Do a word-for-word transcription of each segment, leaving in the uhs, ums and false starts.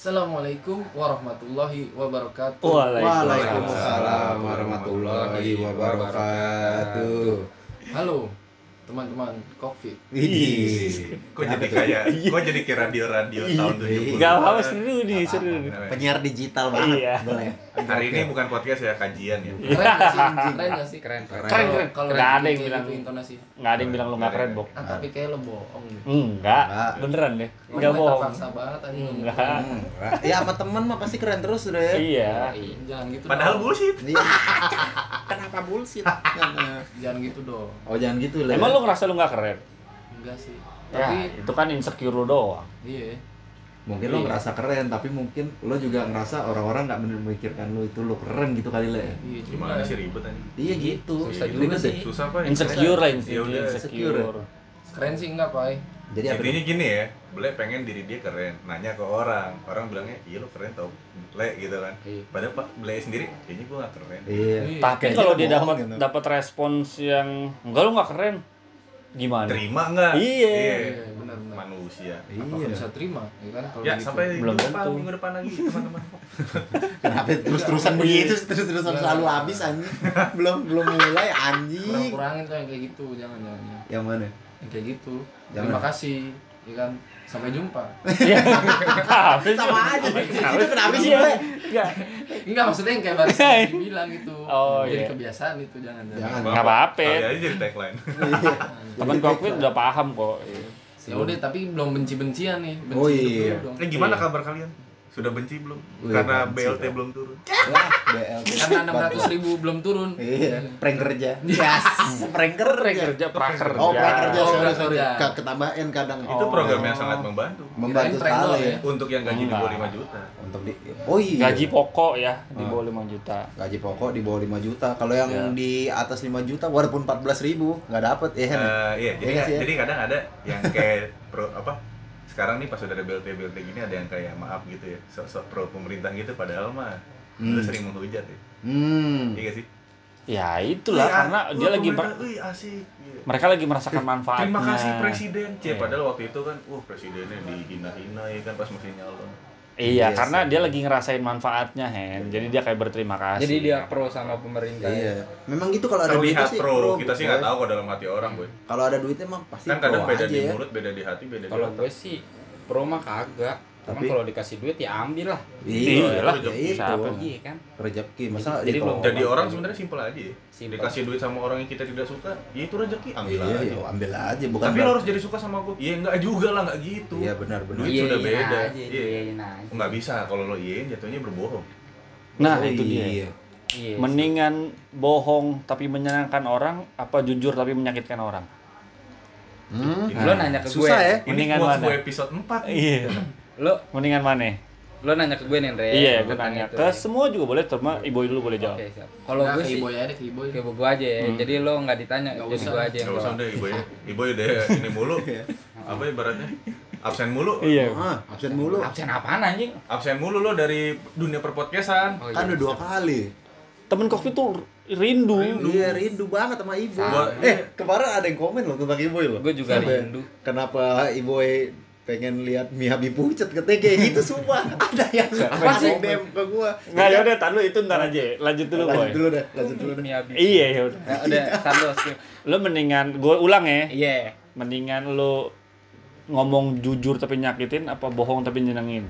Assalamualaikum warahmatullahi wabarakatuh. Waalaikumsalam warahmatullahi wabarakatuh. Halo teman-teman Kokfit. Ih, kok jadi kayak, kok jadi kayak radio-radio tahun tujuh puluh. Gak apa seru nih, seru. Penyiar digital banget. Iya. Boleh. Hari ini bukan podcast ya, kajian ya. Keren gak sih? Keren gak sih? Keren. Keren, keren. Kalau Nggak ada yang kayak bilang gitu intonasi. Nggak ada yang bilang lu nggak keren, Bok. Ah, tapi kayak lo bohong gitu. Enggak, Nggak. beneran deh. Enggak Ngomongnya bohong. terpaksa banget tadi. Enggak. Hmm, ya sama temen mah pasti keren terus udah ya. Iya. Jangan gitu. Padahal dong. bullshit. Iya. Kenapa bullshit? Jangan gitu dong. Oh jangan gitu lah. Emang lu ngerasa lu nggak keren? Enggak sih. Ya, Tapi itu kan insecure lu doang. iya. Mungkin lo ngerasa keren, tapi mungkin lo juga ngerasa orang-orang nggak memikirkan lo itu lo keren gitu kali lah ya. Iya, Gimana sih ribet aja. Iya gitu. Susah juga juga sih. Susah apa? Insecure lah, Ya insecure. udah. insecure. Keren sih enggak, Pai. Jadi apa? Intinya gini ya, Ble pengen diri dia keren, nanya ke orang, orang bilangnya iya lo keren tau, Ble gitu kan. Padahal Pak Ble sendiri, kayaknya gua nggak keren. Iya. Tapi Kayaknya kalau lo dia bohong dapat gitu. dapat respons yang enggak lu nggak keren, gimana? Terima nggak? Iya. Iya, benar-benar. Manusia. Apa Iya. bisa terima, ya kan? Kalau Ya gitu. sampai Belum minggu depan, tentu. minggu depan lagi teman-teman. Kenapa terus-terusan begitu, terus-terusan selalu habis anjing. Belum belum mulai anjing. kurang-kurangin tuh yang kayak gitu, jangan jangan. jangan. Yang mana? Yang kayak gitu. Jangan. Terima kasih, ya kan? Sampai jumpa. Iya. Apa sih? Sama aja. Apa Itu kenapa sih, Iya. Ble? Enggak. Enggak, maksudnya yang kayak barusan dibilang itu. Oh, Jadi iya. kebiasaan itu, jangan jangan. Jangan. Nggak apa-apa. Kali aja jadi tagline. Teman Kokpit udah paham kok. Ya udah, tapi belum benci-bencian nih. Benci Oh, hidup iya. dulu dong. Eh gimana Iya. kabar kalian? Sudah benci belum? Wih, Karena benci B L T dong. belum turun. Wah, B L T. Karena enam ratus ribu belum turun. Iya, prank kerja. Yes, prank kerja. Prank kerja, prakerja. Oh, prank kerja, Oh, sorry, prank sorry. kerja. Ke- Ketambahan kadang. Itu Oh. program yang sangat membantu Membantu Kirain prank sekali doang ya. ya. untuk yang gaji di bawah Enggak. lima juta. Untuk di Oh iya. Gaji pokok ya di Ah. bawah lima juta. Gaji pokok di bawah lima juta. Kalau yang Ya. di atas lima juta walaupun empat belas ribu nggak dapet ya kan. Eh, iya, jadi Iya sih ya. jadi kadang ada yang kayak pro apa? Sekarang nih pas udah ada B L T B L T gini ada yang kayak maaf gitu ya, sok-sok pro pemerintah gitu padahal mah Hmm. lu sering menghujat ya. Hmm. Iya gak sih? Ya itulah Wih, karena ah, dia wah, lagi pemerintah, mer- wih, asik. Iya. mereka lagi merasakan manfaatnya. Terima kasih presiden. C, Iya. padahal waktu itu kan, wah presidennya dihina-hina ya kan pas masih nyalon. Iya, Iya karena sih. dia lagi ngerasain manfaatnya, Hen. Jadi dia kayak berterima kasih. Jadi dia pro sama pemerintah. Iya. Memang gitu kalau ada duitnya Terlihat sih. pro, kita sih nggak boy. tahu kok dalam hati orang, boy. Kalau ada duitnya emang pasti Kan kadang pro beda aja di ya. mulut, beda di hati, beda di Kalau otak. gue sih pro mah kagak. Cuman Tapi- kalau dikasih duit ya ambil lah. Iya lah, ya itu. siapa? Iya kan? Rezeki masa Jadi ditolong. belum- Jadi orang sebenarnya simpel aja ya. Simpel. Dikasih duit sama orang yang kita tidak suka, ya itu rezeki, ambil Iya, aja. ya ambil aja bukan. Tapi lo berarti- harus jadi suka sama gue. Iya enggak juga lah, enggak gitu. Iya benar benar. Duit Iya, sudah iya beda. aja, Iya. iyain aja. Enggak bisa kalau lo iyain jatuhnya berbohong. Nah, Oh, itu dia. iya. Iya. Mendingan bohong tapi menyenangkan orang apa jujur tapi menyakitkan orang? Hmm. Ini- Lo nanya ke gue. Susah ya. Ini Mendingan quotes mana? gue episode empat nih. Iya. Lo Mendingan mana? lo nanya ke gue nih, Andre. Iya, Lo gue nanya itu. ke semua juga boleh, cuma Iboy dulu boleh jawab. Oke, siap. Kalau Nah, gue ke sih Iboy aja, ke Iboy. ke gue aja ya. Hmm. Jadi lo nggak ditanya, Nggak jadi usah. gue aja yang Enggak usah jawab. deh, ibu ya. Ibu udah ini mulu. Apa ibaratnya? Absen mulu. Iya. Ah, absen mulu. Absen apaan anjing? Absen mulu lo dari dunia perpodcastan. Oh, Kan udah dua kali. Temen Kokpit tuh rindu. Iya, rindu banget sama Ibu. Sama. Eh, kemarin ada yang komen loh tentang Ibu loh. Gue juga Sampai, rindu. Kenapa Ibu pengen lihat Miyabi pucet katanya kayak gitu sumpah. Ada yang Apa ada sih? yang D M ke gua. Enggak, ya udah, tahan dulu itu ntar aja. Lanjut dulu, Lanjut Boy. dulu dah, lanjut dulu dah. Miyabi. Iya, ya udah. Ya, udah, tar lo skip. Lo mendingan gue ulang ya. Iya. Mendingan lo ngomong jujur tapi nyakitin apa bohong tapi nyenengin?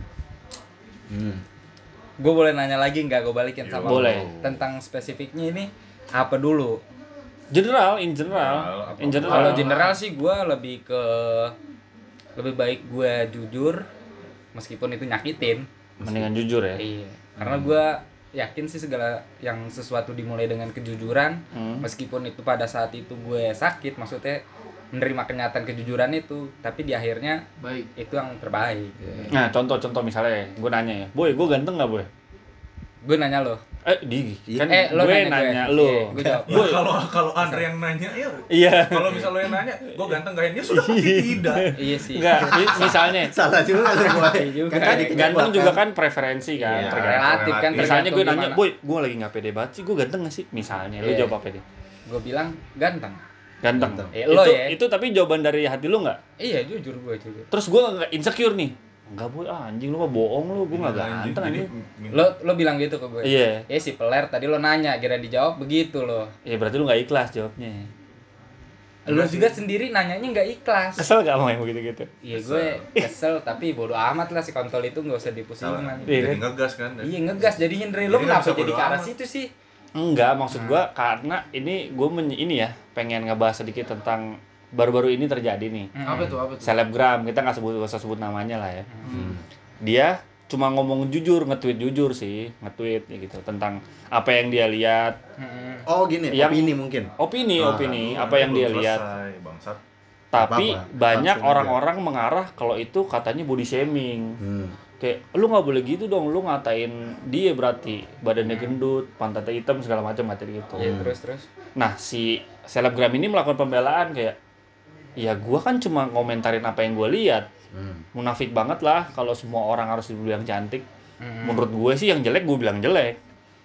Hmm. Gue boleh nanya lagi nggak? Gue balikin sama lo. Boleh. Tentang spesifiknya ini apa dulu? General, in general. General, apa- In general. Kalau general sih gue lebih ke lebih baik gue jujur meskipun itu nyakitin. Mendingan jujur ya. Iya. Karena gue yakin sih segala yang sesuatu dimulai dengan kejujuran, Hmm. meskipun itu pada saat itu gue sakit, maksudnya menerima kenyataan kejujuran itu, tapi di akhirnya Baik. itu yang terbaik. Nah, contoh-contoh misalnya gue nanya ya, Boy, gue ganteng gak, Boy? Gue nanya lo. Eh, di kan Eh, lo gue nanya nanya, gue. lo. Iya, gue jawab. Ya, kalau kalau Andre yang nanya ya. Iya. Kalau misal lo yang nanya, gue ganteng gak? Ya sudah pasti tidak. Iya sih. Enggak, mi- misalnya Salah juga lu Boy. Iya juga. Kan kan jadi ganteng kejebak, juga kan. kan preferensi kan. Iya, tergantung. relatif kan. Misalnya Misalnya gue tergantung nanya, gimana. Boy, gue lagi nggak pede banget sih, gue ganteng gak sih? Misalnya, lu Iya. jawab apa deh? Gue bilang ganteng. Ganteng. Ganteng. Eh, lo itu, ya. itu tapi jawaban dari hati lu nggak? Iya, jujur gue jujur. Terus gue nggak insecure nih. enggak boy, ah, anjing lu mah bohong lu, gue nggak ganteng anjing. Lo lo bilang gitu ke gue. Iya. Ya si peler tadi lo nanya, kira dijawab begitu lo. Ya berarti lu nggak ikhlas jawabnya. Lo juga sendiri nanyanya nggak ikhlas. Kesel gak mau yang begitu-gitu? Iya gue kesel tapi bodo amat lah si kontol itu nggak usah dipusingin. Iya. Jadi ngegas kan. Iya ngegas jadinya Andre, lo Jadi kenapa nggak bisa jadi bodo ke arah amat. situ sih? Enggak, maksud gua karena ini gue men- ini ya pengen ngebahas sedikit tentang baru-baru ini terjadi nih. Apa tuh? Apa tuh? Selebgram, kita nggak sebut nggak usah sebut namanya lah ya. Hmm. Dia cuma ngomong jujur, nge-tweet jujur sih, nge-tweet ya gitu tentang apa yang dia lihat, Oh gini, Yang- opini mungkin. opini, Ah, opini, Nah, apa yang dia belum lihat. selesai, bangsat. Tapi Apa-apa, banyak langsung aja. orang-orang mengarah kalau itu katanya body shaming. Hmm. Kayak lu nggak boleh gitu dong, lu ngatain dia berarti badannya gendut, pantatnya hitam segala macam materi gitu. Iya terus terus. Nah, si selebgram ini melakukan pembelaan kayak ya gua kan cuma ngomentarin apa yang gua lihat. Hmm. Munafik banget lah kalau semua orang harus dibilang cantik. Hmm. Menurut gue sih yang jelek gue bilang jelek.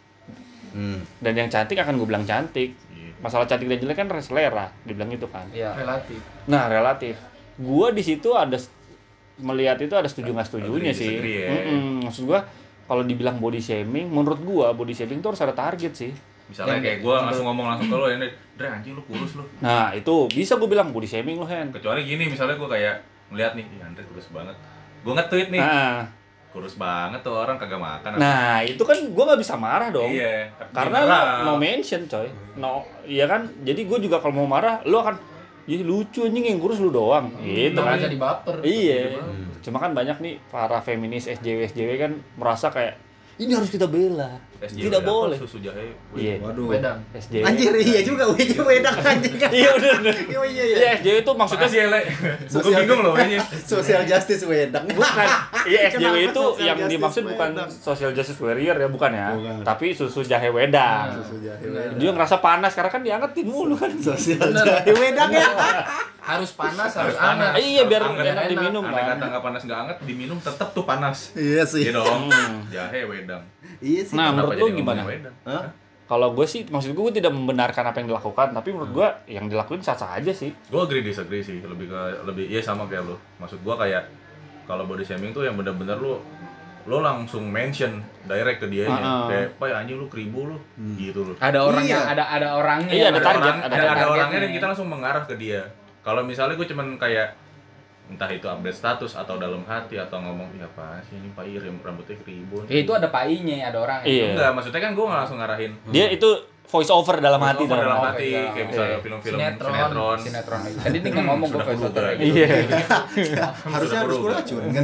Hmm. Dan yang cantik akan gue bilang cantik. Iya. Masalah cantik dan jelek kan selera, dibilang gitu kan. Iya. Relatif. Nah, relatif. Gua di situ ada melihat itu ada setuju nggak setujunya Agree, sih. disagree ya. Mm-mm. Maksud gua kalau dibilang body shaming, menurut gua body shaming tuh harus ada target sih. Misalnya Yang- kayak gue langsung ngomong langsung ke lo, ini, Dre anjing lu kurus lu. Nah, itu bisa gua bilang body shaming lo, Hen. Kecuali gini, misalnya gue kayak ngeliat nih, ih Andre kurus banget. Gue nge-tweet nih, Nah, kurus banget tuh orang kagak makan. nah itu kan gua nggak bisa marah dong. Iya. Karena lo no mention, coy. No, iya kan? Jadi gua juga kalau mau marah, lo akan ya lucu anjing yang kurus lu doang. Gitu Nggak kan. jadi baper. Iya. Cuma kan banyak nih para feminis S J W S J W kan merasa kayak ini harus kita bela. S J W Tidak apa? boleh. Susu jahe. Iya. Waduh. Wedang. S J W. Anjir iya juga, weh wedang anjing. Iya udah udah. Oh iya iya. Iya S J W itu maksudnya Makasih ya, Le. Gue Sosial- bingung loh kayaknya. Social justice wedang. bukan. Iya S J W Kenapa itu social yang justice dimaksud bukan wedang? social justice warrior ya, bukan ya. Bukan. Tapi susu jahe wedang. Susu jahe Bener. wedang. Dia ngerasa panas karena kan diangetin mulu kan. Sosial Bener. jahe wedang ya. Harus panas, harus panas. anget. Iya biar Anget. enak diminum Andai kan. kata nggak panas nggak anget, diminum tetap tuh panas. Iya sih. Iya dong. Hmm. Jahe wedang. Iya sih. Nah, Kenapa menurut jadi lu ngomongin gimana? wedang? Hah? Kalau gue sih, maksud gue, gue tidak membenarkan apa yang dilakukan, tapi menurut gue yang dilakuin sah-sah aja sih. Gue agree disagree sih, lebih ke lebih iya sama kayak lo. Maksud gue kayak kalau body shaming tuh yang bener-bener lo lo langsung mention direct ke dia nya. Uh-uh. Kayak, "Pai anjing lu kribo lu." Gitu lo. Ada orangnya, Iya. ada ada orangnya. Iya, ada target, orang, ada ada, ada targetnya. orangnya dan kita langsung mengarah ke dia. Kalau misalnya gue cuman kayak entah itu update status atau dalam hati atau ngomong ya apa sih ini Pak Ir rambutnya kribo. Ya, itu ada painya, ada orangnya. Iya. Enggak, maksudnya kan gue nggak langsung ngarahin Dia itu voice over dalam hati. Voice over dalam Oh, hati iya. kayak misalnya Iya. film-film Sinetron. sinetron. Sinetron. Tadi dia nggak ngomong gue Sudah voice over. berubah. Iya. Harusnya harus berubah. kuracun kan.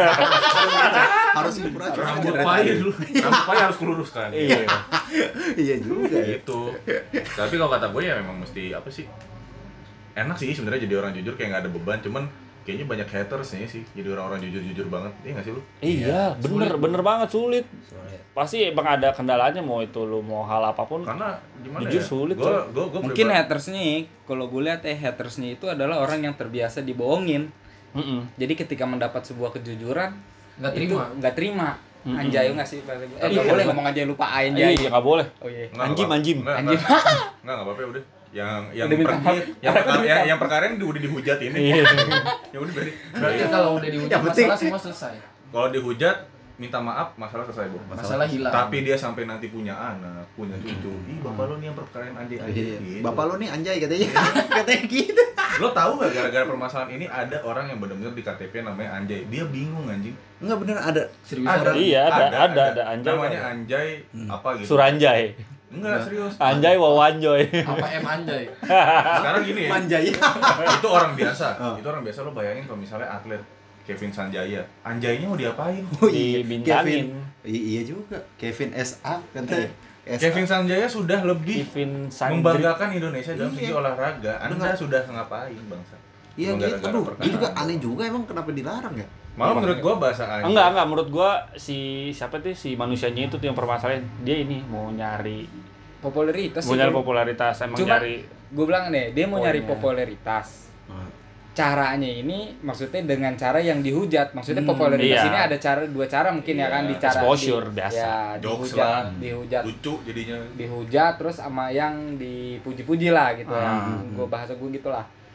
Harus kuracun. Rambut Pak Ir dulu. Rambut Pak Ir harus kuluruskan. Iya. Iya juga ya. Gitu. Tapi kalau kata gue ya memang mesti apa sih? Enak sih sebenarnya jadi orang jujur kayak nggak ada beban, cuman kayaknya banyak hatersnya sih jadi orang-orang jujur-jujur banget. Iya nggak sih lu? Iya, bener, bener banget sulit. Pasti emang ada kendalanya, mau itu lu mau hal apapun. Karena gimana Jujur ya? sulit, Gua, coy. gua, gua Mungkin pribadi- hatersnya, kalau gue lihat ya hatersnya itu adalah orang yang terbiasa dibohongin. Mm-mm. Jadi ketika mendapat sebuah kejujuran, Nggak itu terima. nggak terima. Mm-mm. Anjay nggak sih? Eh Iya. nggak boleh ngomong anjay, lupa Iya, anjay. iya nggak boleh. Oh iya. Nggak, Anjim, nggak, anjim. nggak, Anjim. nggak, nggak nggak apa-apa udah. Yang yang Udah minta per- maaf. yang perkara yang, yang perkara ini udah dihujat ini. Iya. Ya udah berarti. Berarti kalau udah dihujat Yang penting- masalah semua selesai. Kalau dihujat minta maaf masalah selesai, Bu. Masalah hilang. Tapi dia sampai nanti punya anak, punya cucu. Ih, bapak lo nih yang perkarain anjay anjay. Iya. Gitu. Bapak lo nih anjay katanya. Katanya gitu. Lo tahu gak gara-gara permasalahan ini ada orang yang benar-benar di K T P namanya Anjay. Dia bingung anjing. Enggak bener ada. Serius Ada. orang. Iya, ada, ada, ada Anjay. Namanya Anjay apa gitu. Suranjay. Enggak, serius. Anjay Wawanjoy. Apa M anjay? Sekarang gini ya. Manjay. Itu orang biasa. Oh. Itu orang biasa lo bayangin kalau misalnya atlet Kevin Sanjaya, Anjaynya mau diapain? Oh iya, Dibintangin. Kevin. I- iya juga. Kevin S A katanya. S A. Kevin Sanjaya sudah lebih Kevin Sandri. membanggakan Indonesia dalam Iya. segi olahraga. Anda Benar. sudah ngapain, bangsa? Iya Cuma gitu. gara-gara Aduh, perkara. ini juga aneh juga emang kenapa dilarang ya? Malah menurut gua bahasa Anjay. Enggak, enggak, menurut gua si siapa tuh si manusianya itu tuh yang permasalahan. Dia ini mau nyari Popularitas mau sih, nyari kalau- popularitas, emang Cuma- nyari gue bilang nih, dia mau nyari Poinnya. popularitas. Hmm. Caranya ini maksudnya dengan cara yang dihujat. Maksudnya Hmm, popularitas iya. ini ada cara dua cara mungkin ya Iya, kan, di cara exposure, di- biasa. Ya, Jokes dihujat, lah. dihujat, Lucu jadinya. dihujat terus sama yang dipuji-puji lah gitu ya. Hmm. Gue bahasa gue gitulah.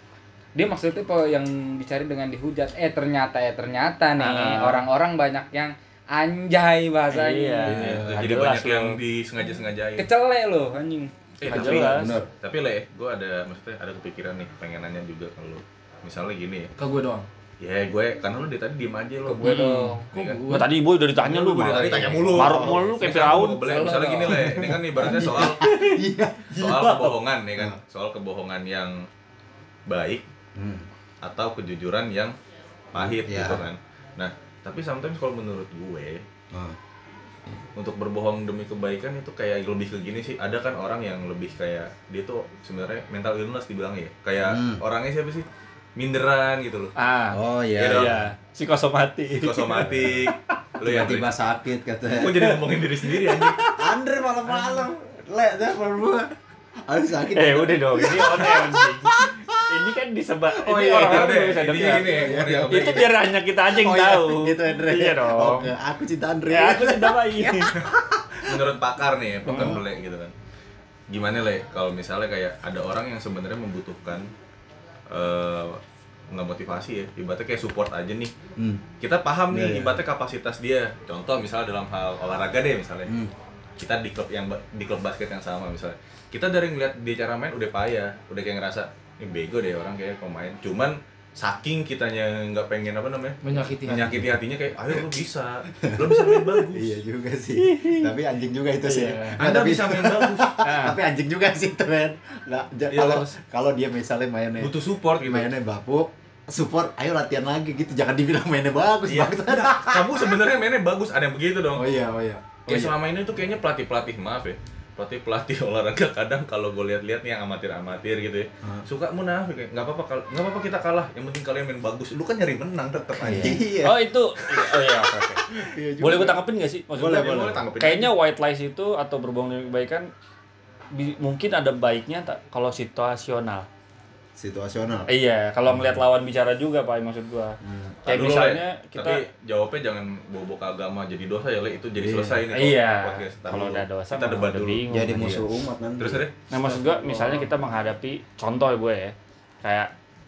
dia maksudnya tipe yang dicari dengan dihujat. Eh ternyata ya ternyata nih Ah. orang-orang banyak yang anjay bahasanya. Iya. Iya, Nggak jadi jelas banyak lu. yang disengaja-sengajain. Kecele loh anjing. Eh, Nggak tapi, jelas. Bener. tapi le, gue ada maksudnya ada kepikiran nih, pengen nanya juga kalau misalnya gini ya. Ke gue doang. Ya gue karena lu dari tadi diem aja lo. Ke gue dong. Iya kan? Gua tadi boy udah ditanya lu, Lu dari tadi tanya mulu. Maruk mulu lu kayak Misalnya Firaun. gua boleh, misalnya gini le, ini kan ibaratnya soal Iya. soal kebohongan nih kan, soal kebohongan yang baik Hmm. atau kejujuran yang pahit Iya. gitu kan. Nah, tapi sometimes kalau menurut gue Ah. untuk berbohong demi kebaikan itu kayak lebih ke gini sih. Ada kan orang yang lebih kayak dia tuh sebenarnya mental illness dibilangnya ya. Kayak Hmm. orangnya siapa sih? Minderan gitu loh. Ah. Oh Iya iya. dong. Iya, psikosomatik. Psikosomatik. Lu ya, Tiba-tiba sakit katanya. kok jadi ngomongin diri sendiri anjing? Andre malam-malam. Lek dah berdua. Harus sakit. Eh udah dong, ini on air anjing. Ini kan disebut, Oh ini iya, orang-orang udah, juga bisa intinya dengar. gini ya, gua udah Itu ngebayangin. biar hanya kita aja yang Oh iya, tahu. Itu Andre. Iya dong. Oke, aku cinta Andre. Ya aku sudah baik. Menurut pakar nih, pakar Hmm. bele gitu kan. Gimana le kalau misalnya kayak ada orang yang sebenarnya membutuhkan eh nggak motivasi ya, ibaratnya kayak support aja nih. Hmm. Kita paham nih Iya, iya. ibaratnya kapasitas dia. Contoh misalnya dalam hal olahraga deh misalnya. Hmm. Kita di klub yang ba- di klub basket yang sama misalnya. Kita dari ngeliat dia cara main udah payah, udah kayak ngerasa ini bego deh orang kayak pemain. Cuman saking kitanya nggak pengen apa namanya Menyakiti hati. menyakiti hatinya kayak ayo lu bisa, lu bisa main bagus. Iya juga sih. Tapi anjing juga itu sih. Iya. Nah, Anda tapi- bisa main bagus. Ah. Tapi anjing juga sih itu kan. Nggak, ja- Iya, kalau terus. kalau dia misalnya mainnya Butuh support gitu. mainnya bapuk, support, ayo latihan lagi gitu. Jangan dibilang mainnya bagus, Iya. bagus. Kamu sebenarnya mainnya bagus, ada yang begitu dong. Oh iya, oh iya. Oh, Kayak iya. selama ini tuh kayaknya pelatih-pelatih maaf ya. Pelatih-pelatih olahraga kadang kalau gue lihat-lihat nih yang amatir-amatir gitu ya. Hmm. Suka munafik kayak nggak apa-apa kalau nggak apa-apa kita kalah, yang penting kalian main bagus. Lu kan nyari menang tetep aja. Iya. Oh itu, oh iya oke oke. Iya juga. Boleh gue tangkepin nggak sih? Maksudnya, Boleh, Ya, boleh. tanggepin kayaknya aja. white lies itu atau berbohong demi kebaikan bi- mungkin ada baiknya tak kalau situasional. Situasional. Eh, iya, kalau ngelihat lawan bicara juga pak, maksud gua. Hmm. Kayak Tar dulu, misalnya Le. kita, Tapi jawabnya jangan bawa-bawa ke agama jadi dosa ya, Le. Itu jadi Iya. selesai nih iya. podcast. Tar Kalau dulu. udah dosa, kita mah debat udah dulu. bingung. Jadi Iya. musuh umat nanti. Terus deh. Nah maksud gua, misalnya kita menghadapi contoh ya gue ya, kayak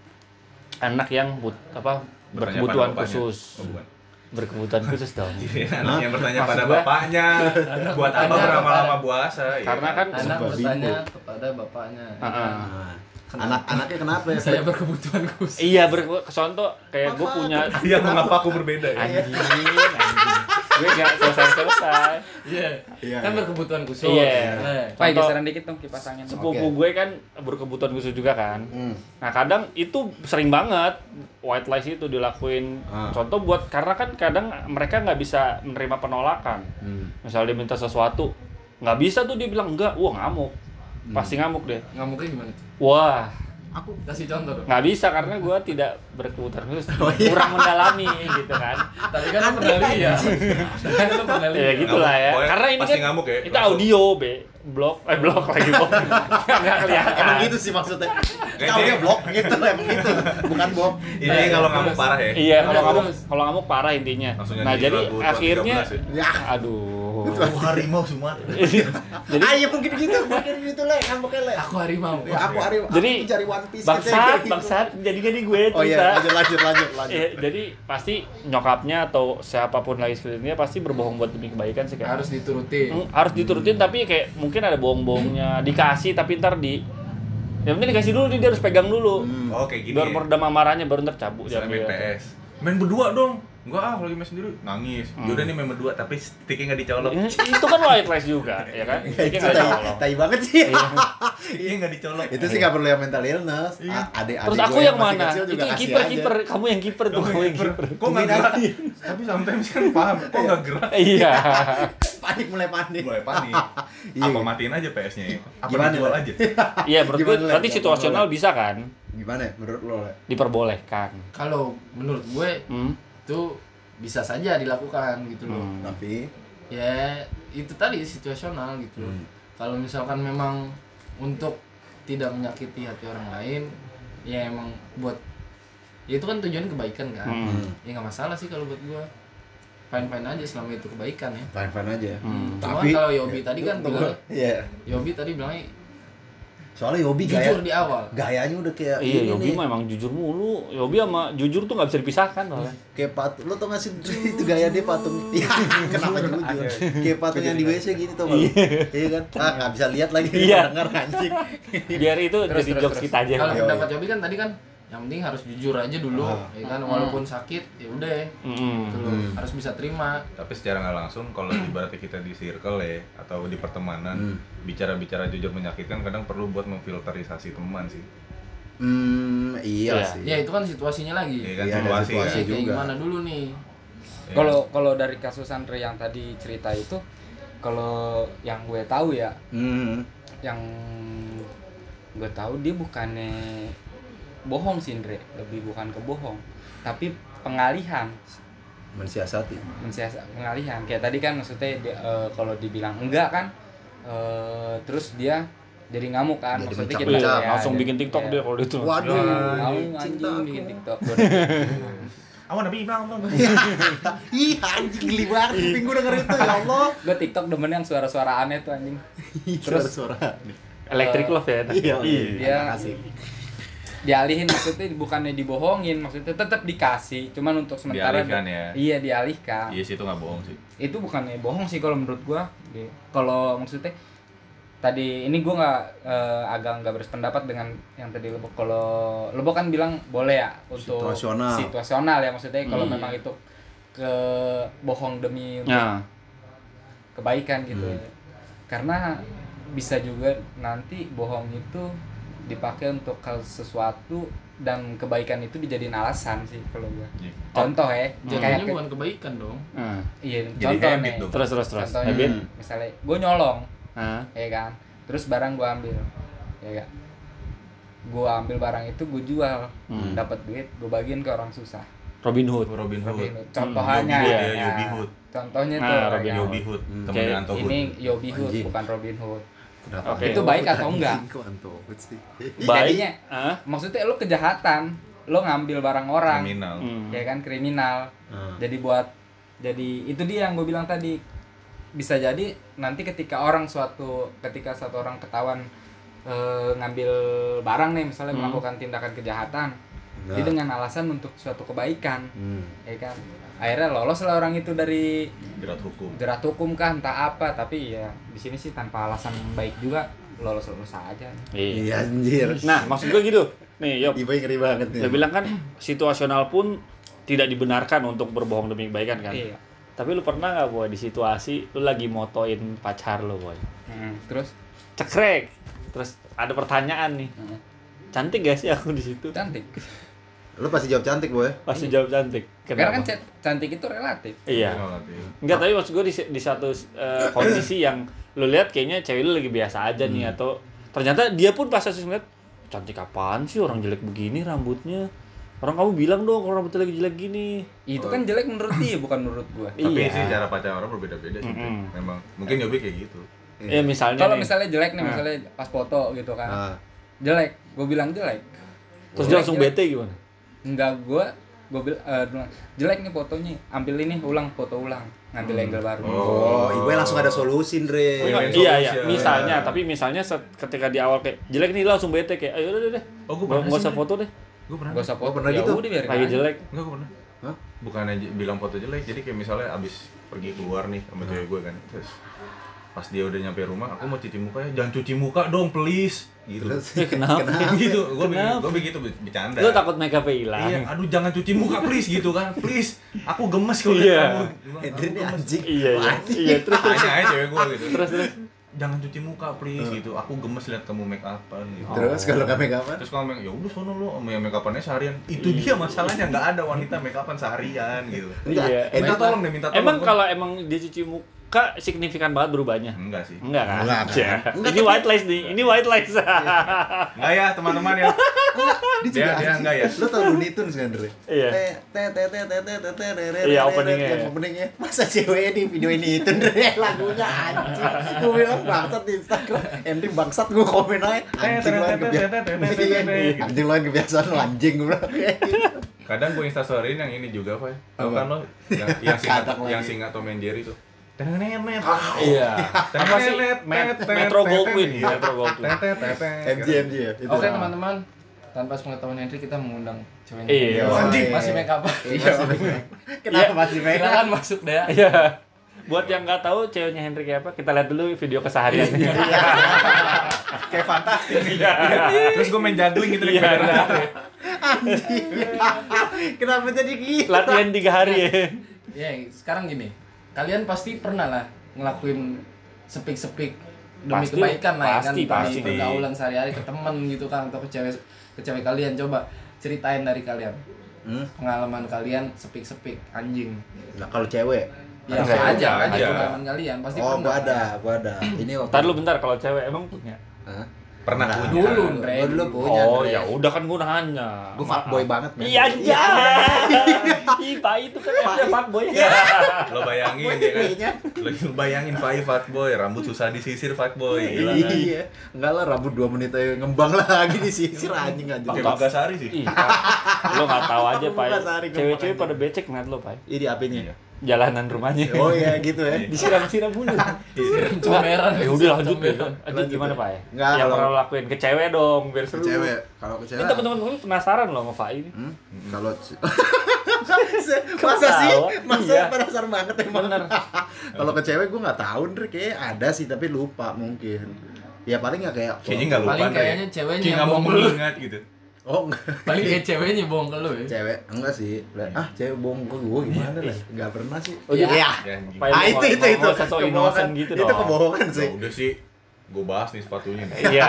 anak yang but, apa Bertanya berkebutuhan pada bapaknya. khusus, Oh, bukan. berkebutuhan khusus dong. Iya, anak yang bertanya Maksud pada gua- bapaknya, buat apa bertanya berlama-lama kepada- puasa? ya Karena kan Anak Sumpah bertanya bingung. kepada bapaknya. Heeh. Nah, anak-anaknya kenapa ya? Saya berkebutuhan khusus. Iya, ber contoh kayak gue punya dia mengapa aku berbeda ya? anjing, anjing. Gue gak selesai-selesai. Iya. Iya, Kan iya. berkebutuhan khusus. Iya. Nah, Pak Contoh- geseran dikit dong kipas angin. Sepupu Oke. gue kan berkebutuhan khusus juga kan. Hmm. Nah kadang itu sering banget white lies itu dilakuin. Ah. Contoh buat karena kan kadang mereka nggak bisa menerima penolakan. Hmm. Misalnya dia minta sesuatu, nggak bisa tuh dia bilang enggak, wah ngamuk, Hmm. pasti ngamuk deh. ngamuknya gimana tuh? Wah Aku kasih contoh dong. nggak bisa karena gue tidak berkebutuhan khusus, Oh, iya. kurang mendalami gitu kan. Tapi kan lo pernah lihat. Kan lo pernah Ya lihat. gitulah ya. Pokoknya Karena ini pasti kan ngamuk ya, itu langsung. audio be, blok, eh blok lagi blok, nggak kelihatan. Emang gitu sih maksudnya. Kayak Tahu dia- dia blok gitu, emang gitu. Bukan blok. Ini kalau ngamuk parah ya. Iya, kalau Terus. ngamuk, kalau ngamuk parah intinya. Langsung Nah, nyanyi jadi lagu Tuan akhirnya tiga belas ya. Ya. aduh. Aku harimau Sumatera. Jadi Ah, iya mungkin gitu, mungkin gitu le, ngambeknya le. Aku harimau. Ya, aku hari aku Jadi, mencari One Piece bangsat, katanya gitu. bangsat, jadi gini gue Oh iya, cerita. lanjut lanjut lanjut lanjut. Eh, jadi pasti nyokapnya atau siapapun lagi sekelilingnya pasti berbohong buat demi kebaikan sih kayak. Harus dituruti. Hmm, harus diturutin tapi kayak mungkin ada bohong-bohongnya dikasih tapi ntar di yang penting dikasih dulu dia harus pegang dulu. Hmm. Oh kayak gini. Biar ya. meredam amarahnya baru ntar cabut Misalnya main diambil. P S. Main berdua dong. Enggak ah, kalau lagi main sendiri nangis. Hmm. Yaudah nih main berdua tapi sticknya enggak dicolok. Ya, itu kan white lies juga, ya kan? Ya, Sticknya itu nggak tai, colok. tai banget sih. Iya. Sticknya enggak dicolok. Itu sih nggak perlu yang mental illness. Iya. A- Adik Terus adik aku gue yang masih mana? kecil Itu juga yang kasih kiper aja. kiper, kamu yang kiper tuh, kamu yang kiper. Kok enggak gerak? Tapi sometimes kan paham, kok enggak gerak? Iya. Panik mulai panik. Mulai panik. Iya. Apa matiin aja P S-nya ya? Apa Gimana, dijual Le? aja? Iya, menurut gue Gimana, Le? berarti situasional bisa kan? Gimana ya menurut lo? Le? Diperbolehkan. Kalau menurut gue Hmm. itu bisa saja dilakukan gitu loh. Hmm. Tapi Ya itu tadi situasional gitu loh. Hmm. Kalau misalkan memang untuk tidak menyakiti hati orang lain, ya emang buat ya itu kan tujuan kebaikan kan. Hmm. Ya nggak masalah sih kalau buat gua. Fine-fine aja selama itu kebaikan ya. fine fine aja. Hmm. Cuma Tapi- kalau Yobi tadi kan bilang Iya. Yobi tadi bilangnya Soalnya Yobi gaya, Jujur di awal. gayanya udah kayak Iya, ini Yobi nih. mah emang jujur mulu. Yobi sama jujur tuh nggak bisa dipisahkan soalnya. Kayak patung, lo tau gak sih itu gaya dia patung? Iya, kenapa jujur? Kayak patung yang di W C gitu tau gak? Iya kan? Ah, gak bisa lihat lagi, Iya. denger anjing. Biar itu Terus, jadi terus, jokes terus. kita aja. Kalau Iya, pendapat iya. Yobi kan tadi kan yang penting harus jujur aja dulu, Ah. ya kan walaupun sakit ya udah Mm-mm. gitu loh. Hmm. Harus bisa terima. Tapi secara nggak langsung kalau ibaratnya kita di circle ya atau di pertemanan Hmm. bicara-bicara jujur menyakitkan kadang perlu buat memfilterisasi teman sih. Hmm, iya Iya. sih. Ya itu kan situasinya lagi. Iya kan Iya, ada situasi situasi kan. Kayak juga. gimana dulu nih? Ya. Kalau kalau dari kasus Andre yang tadi cerita itu, kalau yang gue tahu ya, Hmm. yang gue tahu dia bukannya bohong sih Andre, lebih bukan kebohong, tapi pengalihan, Mensiasati. mensiasat pengalihan. Kayak tadi kan maksudnya dia, eh, kalau dibilang enggak kan, eh, terus dia jadi ngamuk kan, Jadi maksudnya mencap-mencap. kita Iya, langsung bikin TikTok dia kalau itu. Waduh, Kamu cinta anjing aku. bikin TikTok. Awan tapi bang, bang. Ih, anjing geli banget kuping gue denger itu, ya Allah. Gue TikTok demen yang suara-suara aneh tuh anjing. Terus Suara-suara. Electric Love ya. Iya, Dia iya. Kasih. dialihin, maksudnya bukannya dibohongin, maksudnya tetap dikasih, cuman untuk sementara Dialihkan ya. Iya, dialihkan. Iya sih itu nggak bohong sih. Itu bukannya bohong sih kalau menurut gua. Kalau maksudnya tadi ini gua nggak eh, agak nggak berpendapat dengan yang tadi Lebok. Kalau Lebok kan bilang boleh ya untuk Situasional. situasional ya, maksudnya kalau Iya. memang itu ke bohong demi untuk Nah, kebaikan gitu. Hmm. Karena bisa juga nanti bohong itu dipakai untuk hal sesuatu dan kebaikan itu dijadiin alasan sih kalau gua. Iya. Contoh ya, Jadinya kayak ke- bukan kebaikan dong. nah. iya, Jadi contoh habit nih. dong. Terus terus terus. Contohnya, Habit. misalnya gue nyolong, Nah, ya kan, terus barang gue ambil, ya kan, gue ambil barang itu gue jual, Hmm. dapat duit, gue bagiin ke orang susah. Robin Hood. Robin Hood. Robin Hood. Contohnya, Yobi Hood, ya, ya, Yobi Hood. contohnya Nah, tuh, Robin ya kan. Yobi Hood, Hmm. temen Kayak Anto Hood. Ini Yobi Hood, Anjing. bukan Robin Hood. Kenapa? Oke. Itu baik atau enggak? Anjing, kok Antohut sih? Baik. Jadinya, Ah. maksudnya lo kejahatan, lo ngambil barang orang, Kriminal. Hmm. ya kan, kriminal. Hmm. Jadi buat, jadi itu dia yang gue bilang tadi, bisa jadi nanti ketika orang suatu, ketika satu orang ketahuan eh, ngambil barang nih, misalnya Hmm. melakukan tindakan kejahatan, Nah. dia dengan alasan untuk suatu kebaikan, Hmm. ya kan, akhirnya lolos lah orang itu dari Jerat hukum. jerat hukum kah entah apa, tapi ya di sini sih tanpa alasan baik juga lolos lolos aja. Iya. Iya anjir. Nah, maksud gue gitu. Nih, Yob. Ibai ngeri banget nih. Dia bilang kan situasional pun tidak dibenarkan untuk berbohong demi kebaikan kan. Iya. Tapi lu pernah nggak boy di situasi lu lagi motoin pacar lu boy, Hmm, terus cekrek, terus ada pertanyaan nih, hmm, cantik gak sih aku di situ? cantik. Lu pasti jawab cantik, Boy. Pasti jawab cantik. Karena Kenapa? kan ca- cantik itu relatif. Iya. Enggak, tapi maksud gue di, di satu eh, kondisi yang lu lihat kayaknya cewek lu lagi biasa aja nih, atau ternyata dia pun pas asli ngeliat cantik apaan sih, orang jelek begini rambutnya. Orang kamu bilang dong kalau rambutnya lagi jelek gini. Itu kan jelek menurut dia, bukan menurut gua. Tapi Iya. sih cara pacaran orang berbeda-beda sih. Mm-mm. Memang mungkin Yobi kayak gitu. Ya misalnya Kalau nih, misalnya jelek nih, Nah. misalnya pas foto gitu kan, Nah, jelek, gue bilang jelek. terus dia Jelek, langsung jelek. bete gimana? Enggak, gue gue bilang eh, bilang, jelek nih fotonya, ambil ini ulang, foto ulang, ngambil angle baru. oh, Ibai langsung ada solusi, Dre. Win-win Iya iya, solution. misalnya, tapi misalnya set- ketika di awal kayak jelek nih lo langsung bete kayak ayo udah deh. Oh, gue Nggak pernah nggak sih. usah foto deh. Gue pernah. Gak usah foto, Oh, pernah ya gitu? udah biarin Lagi aja. jelek. Enggak, gue pernah. Hah? Bukannya j- bilang foto jelek, jadi kayak misalnya abis pergi keluar nih sama cewek gue kan. Terus pas dia udah nyampe rumah, aku mau cuci muka ya, jangan cuci muka dong please. Gitu. Terus Ya, kenapa? gitu, gue Kenapa? gue begitu bercanda. Lo takut make up hilang. Iya, aduh jangan cuci muka please gitu kan, please. Aku gemes kalau Iya. lihat kamu. Gua bilang, Hendri "Aku ini gemes." anjing. Iya iya. Anjing. Iya terus terus Tanya aja cewek gue gitu. terus terus. Jangan cuci muka please gitu. Aku gemes lihat kamu make upan gitu. Terus kalau nggak make upan? Terus kalau make ya udah sono lu sama yang make upannya seharian. Itu dia masalahnya, nggak ada wanita make upan seharian gitu. Iya. Minta tolong deh, minta tolong. Emang kalau emang dia cuci muka signifikan banget berubahnya? enggak sih. Enggak kan? Enggak kan? Ya. Ini white lies nih, ini white lies. Enggak ya, teman-teman ya. Dia Dia juga dia anjing. enggak ya. Lu tau Looney Tunes kan, Dre? Iya. Te te te te te te te te te te Iya, te openingnya. yang openingnya. Masa ceweknya di video ini itu, Dre, lagunya anjing. Gue bilang bangsat di Instagram. Hendri bangsat, gue komen aja. Anjing lo kebiasaan. Anjing lo kebiasaan lo anjing, gue bilang kayak gitu. Kadang gue instastoryin yang ini juga, Fai. Tahu Apa? kan lo yang yang singa Kadang yang lagi. singa Tom and Jerry tuh. Tenet. Iya. Apa sih? Met- Metro Goldwyn, Metro Goldwyn. M G M G ya. Itu. Oke teman-teman, tanpa sepengetahuan Henry kita mengundang ceweknya. Iya. Oh, Anjing, iya. masih make up. Iya. Kenapa masih merah? Silakan masuk deh. Iya. Buat yang nggak tahu ceweknya Henry kayak apa, kita lihat dulu video kesehariannya. Kayak fantastis. Terus gue main juggling gitu di Iya. Anjing. Kenapa jadi gitu? Latihan tiga hari ya. Ya, sekarang gini. Kalian pasti pernah lah ngelakuin sepik-sepik demi Pasti, kebaikan lah ya kan, pasti, demi pasti. pergaulan sehari-hari ke temen gitu kan atau ke cewek ke cewek kalian. Coba ceritain dari kalian. Hmm? Pengalaman kalian sepik-sepik anjing. Nah, kalau cewek. Ya Enggak, apa aja enggak kan aja. pengalaman kalian pasti Oh, pernah. gua ada, gua ada. Ini waktu. Ntar lu bentar, kalau cewek emang punya? Hah? Pernah Nah, punya. Dulu, Ndre. Gua dulu punya. Oh Ndre. ya udah kan gue nanya. Gua fuckboy banget, men. Iya aja. Ih, Pak itu kan ada fuckboy. Lo bayangin Boy, ya kan. kayaknya. Lo bayangin Fai fuckboy, rambut susah disisir fuckboy. Gila kan. Iya. Enggak lah, rambut dua menit aja ngembang lagi disisir anjing anjing. Kayak Bagasari sih. Ih, lo nggak tahu aja Pak. Bukan sehari Cewek-cewek kemarin. pada becek ngeliat lo Pak. Ini apanya? Jalanan rumahnya. Oh iya gitu ya. Disiram-siram dulu. Comberan. Ya udah lanjut deh. Comberan. Lanjut Lanjut gimana ya. Pak? Nggak, Yang kalau- pernah lo lakuin ke cewek dong biar Ke seru. cewek, kalau ke cewek. Ini teman-teman gue penasaran loh sama Pak ini. Hmm? Kalau masa sih? tahu? Masa Iya. penasaran banget emang. Bener. Kalau ke cewek gue nggak tahu, Ndre, kayak ada sih tapi lupa mungkin. Ya paling nggak kayak Kayaknya nggak lupa. Paling Ndre. kayaknya ceweknya Kayak yang nggak mau bohong lu. mengingat gitu. Oh enggak. Paling kayak ceweknya bohong ke lu ya. Cewek enggak sih. Ah, cewek bohong ke gue gimana lah? Enggak pernah sih. Oh, jadi- Iya. Ya, anjing. Pak, Ah, lu itu nggak- itu nggak itu. usah sok Kebohongan. innocent gitu Itu dong. kebohongan sih. Ya udah sih, gue bahas nih sepatunya nih. Iya.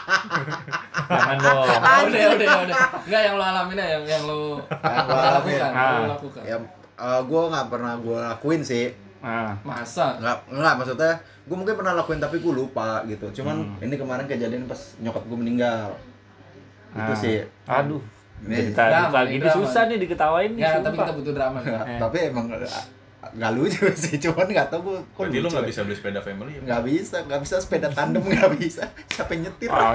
Jangan dong. Ah, udah, udah, udah. Enggak yang lo alamin aja, yang yang lo Yang gua lo alamin. lakukan, Ah. lo lakukan. Ya gue nggak pernah gue lakuin sih. Nah, Masa? Nggak nggak maksudnya gue mungkin pernah lakuin tapi gue lupa gitu. Cuman Hmm. ini kemarin kejadian pas nyokap gue meninggal. Itu nah. sih. Aduh. Nih, Cerita drama, cerita nih, gini drama. susah nih diketawain nih. Enggak, tapi sumpah. kita butuh drama. Nggak, Eh. tapi emang nggak lucu sih. Cuman nggak tahu gue kok Berarti lo lucu nggak ya. bisa beli sepeda family ya? Nggak bisa, nggak bisa sepeda tandem nggak bisa. Siapa yang nyetir? Ah,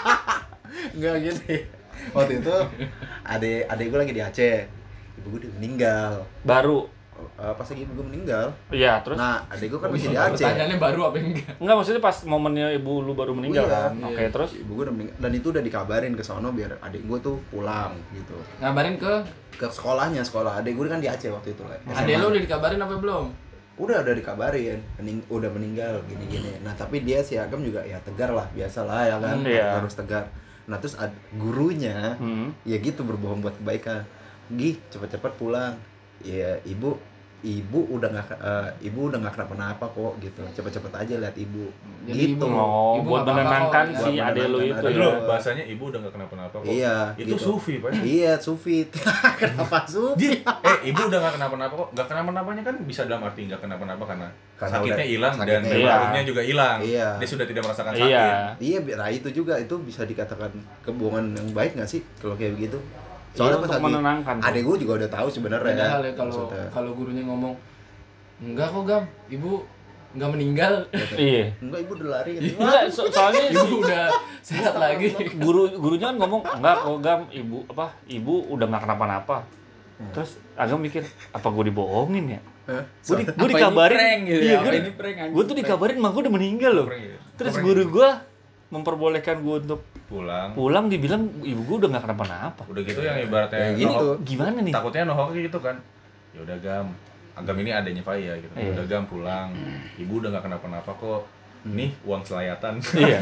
Nggak gini. Waktu itu adik adik gue lagi di Aceh. Ibu gue udah meninggal. baru. Eh, pas lagi ibu gue meninggal. Iya, terus Nah, adik gue kan masih di Pertanyaannya Aceh. Pertanyaannya baru apa enggak? enggak maksudnya pas momennya ibu lu baru meninggal Iya, kan. iya. Oke, terus Ibu gue udah meninggal dan itu udah dikabarin ke sono biar adik gue tuh pulang gitu. Ngabarin ke Ke sekolahnya, sekolah. Adik gue kan di Aceh waktu itu lah. adek lo udah dikabarin apa belum? Udah udah dikabarin, mening- udah meninggal gini-gini. Nah, tapi dia si Agam juga ya tegar lah, biasa lah ya kan. Hmm, iya. Harus tegar. Nah, terus ad- gurunya hmm. ya gitu berbohong buat kebaikan. Gih, cepat-cepat pulang. Ya, ibu ibu udah nggak eh, ibu udah nggak kenapa-napa kok gitu. Cepat-cepat aja lihat ibu. Jadi gitu. ibu- Oh, Ibu buat nggak apa-apa menenangkan kok, si ya. ade lu Buat itu Tadi menenangkan ya. lo bahasanya ibu udah nggak kenapa-napa kok. Iya, Itu gitu. sufi, Pak. Iya, Sufit. Kenapa Sufit? Eh, ibu udah nggak kenapa-napa kok. Nggak kenapa-napanya kan bisa dalam arti nggak kenapa-napa karena, Karena sakitnya udah- hilang dan sakitnya hilang. batuknya juga hilang. Iya. Dia sudah tidak merasakan sakit. Iya. Iya, nah itu juga itu bisa dikatakan kebohongan yang baik nggak sih kalau kayak begitu? Iya, Soalnya untuk pas lagi menenangkan. adek gue juga udah tahu sebenarnya. Beda hal ya kalau maksudnya. kalau gurunya ngomong enggak kok Gam, ibu nggak meninggal. Iya. Enggak, ibu udah lari gitu. Enggak, so- soalnya si Ibu udah sehat lagi. guru gurunya kan ngomong enggak kok Gam, ibu apa ibu udah nggak kenapa-napa. Terus Agam mikir apa gue dibohongin ya? Hah? Gue di, Apa gua ini dikabarin, prank gitu ya? iya, Apa gue ini prank, anjing? gue tuh dikabarin mah gue udah meninggal loh. Prank ya? Terus Prank guru ya? gue memperbolehkan gue untuk pulang. pulang, dibilang ibu gue udah nggak kenapa-napa. Udah gitu yang ibaratnya Kayak gitu. nohok- Gimana nih? takutnya nohok gitu kan. Ya udah Gam, Agam ini adanya Faya gitu. Iya. Udah Gam pulang. Ibu udah nggak kenapa-napa kok. Nih uang selayatan. Iya.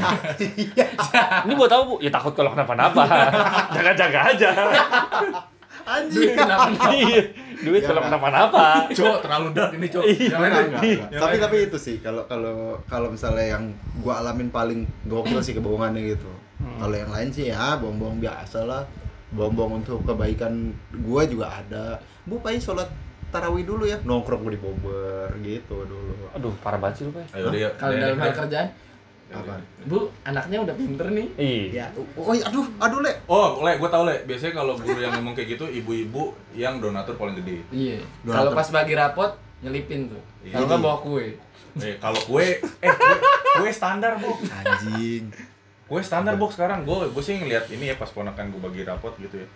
Ini buat apa bu? Ya takut kalau kenapa-napa. Jaga-jaga aja. Duit kenapa? Iya. Duit Ya, kalau Kak. kenapa-napa. Cok, terlalu dark ini, Cok. Iya. Yang lain Enggak, deh. enggak, enggak. Yang Tapi lain. tapi itu sih kalau kalau kalau misalnya yang gua alamin paling gokil sih kebohongannya gitu. Hmm. Kalau yang lain sih ya bohong-bohong biasa lah. Bohong-bohong untuk kebaikan gua juga ada. Bu, Pai sholat tarawih dulu ya. Nongkrong gua di Bogor gitu dulu. Aduh, parah banget sih lu, Pak. Ayo udah ya. Kalau udah, dalam udah. hal kerjaan, Apa? Bu, anaknya udah pinter nih. Iya. Ya, oh iya, aduh, aduh Le. Oh, Le, gue tau Le. Biasanya kalau guru yang ngomong kayak gitu, ibu-ibu yang donatur paling gede. Iya. Donatur. Kalau pas bagi rapot nyelipin tuh. Iya. Kalau nggak bawa kue. Eh, kalau kue, eh kue, kue standar, Bu. Anjing. Kue standar, Bu, sekarang. Gue gue sih ngeliat ini ya pas ponakan gue bagi rapot gitu ya.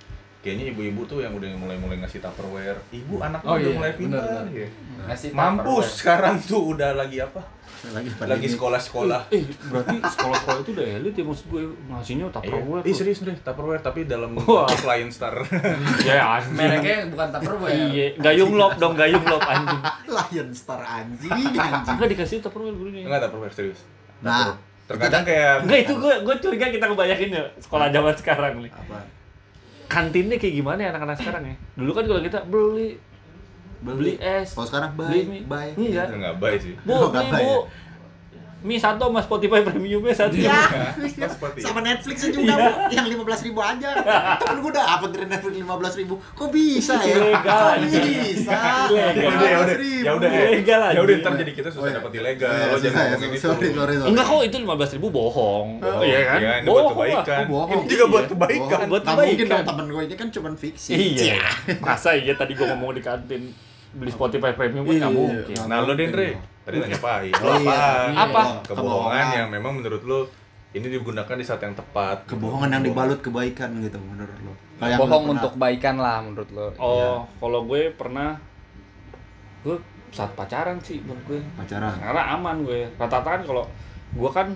kayaknya ibu-ibu tuh yang udah mulai-mulai ngasih Tupperware. Ibu anaknya Oh, udah iya, mulai pintar. benar, Ya. Ngasih Mampus Tupperware. sekarang tuh udah lagi apa? Lagi Lagi sekolah-sekolah. Eh, berarti sekolah-sekolah itu udah elit ya maksud gue ngasihnya Tupperware. Iya, serius deh Tupperware tapi dalam Wah. bentuk Lion Star. Ya anjing. Mereknya bukan Tupperware. Iya, gayung lop dong, gayung lop anjing. Lion Star anjing anjing. Enggak dikasih Tupperware gurunya. Enggak Tupperware serius. Nah, Terkadang kayak Enggak, itu gue gue curiga kita kebanyakin ya sekolah zaman sekarang nih. apa? Kantinnya kayak gimana ya anak-anak sekarang ya? Dulu kan kalau kita beli beli es, Oh sekarang beli bye mie. bye. Enggak. enggak baik sih. Bu, Oh, nggak beli bayar. bu. Mie satu sama Spotify premiumnya satu. Ya, Pas seperti sama Netflix juga Bu. Yang lima belas ribu aja. Temen gue udah apa dari Netflix lima belas ribu? Kok bisa ya? Ilegal, Kok anjing. bisa? ya udah ya udah ya udah Ilegal aja. ya udah ntar jadi kita Oh, susah iya. dapat ilegal Iya, lo susah jangan ya, ngomongin itu sorry, sorry, sorry. Enggak kok, itu lima belas ribu bohong. Oh, iya kan? ya, ini buat Bohong lah. kebaikan Oh, bohong. ini juga buat Iya. kebaikan Buat Nggak mungkin kebaikan. dong temen gue ini kan cuma fiksi. Iya. Masa iya tadi gua ngomong di kantin beli Spotify premium kan Iya. nggak mungkin. nah lo Dendre tadi nanya pahit lo Oh, iya. apaan Apa? kebohongan yang memang menurut lo ini digunakan di saat yang tepat Kebohongan yang dibalut kebaikan gitu menurut lo. Kayak Bohong lu untuk pernah- kebaikan lah menurut lo. Oh, kalau gue pernah gue saat pacaran sih menurut gue. pacaran. Karena aman gue. Rata-rata kan kalau gue kan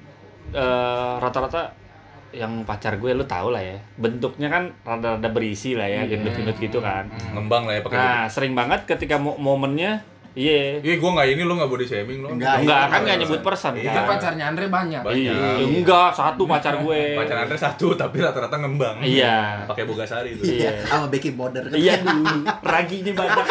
eh, rata-rata yang pacar gue lu tau lah ya. Bentuknya kan rada-rada berisi lah ya, gendut-gendut gitu kan. ngembang lah ya pakai Nah, sering banget ketika mo- momennya iya. iya gua nggak ini lo nggak body shaming lo Enggak, Enggak, iya, kan iya, nggak iya. nyebut person Iya. Itu kan. pacarnya Andre banyak. Banyak. Iya, enggak, satu pacar gue. pacar Andre satu tapi rata-rata ngembang Iya. pakai bogasari itu Iya. Sama baking powder kan. Iya dulu, raginya banyak.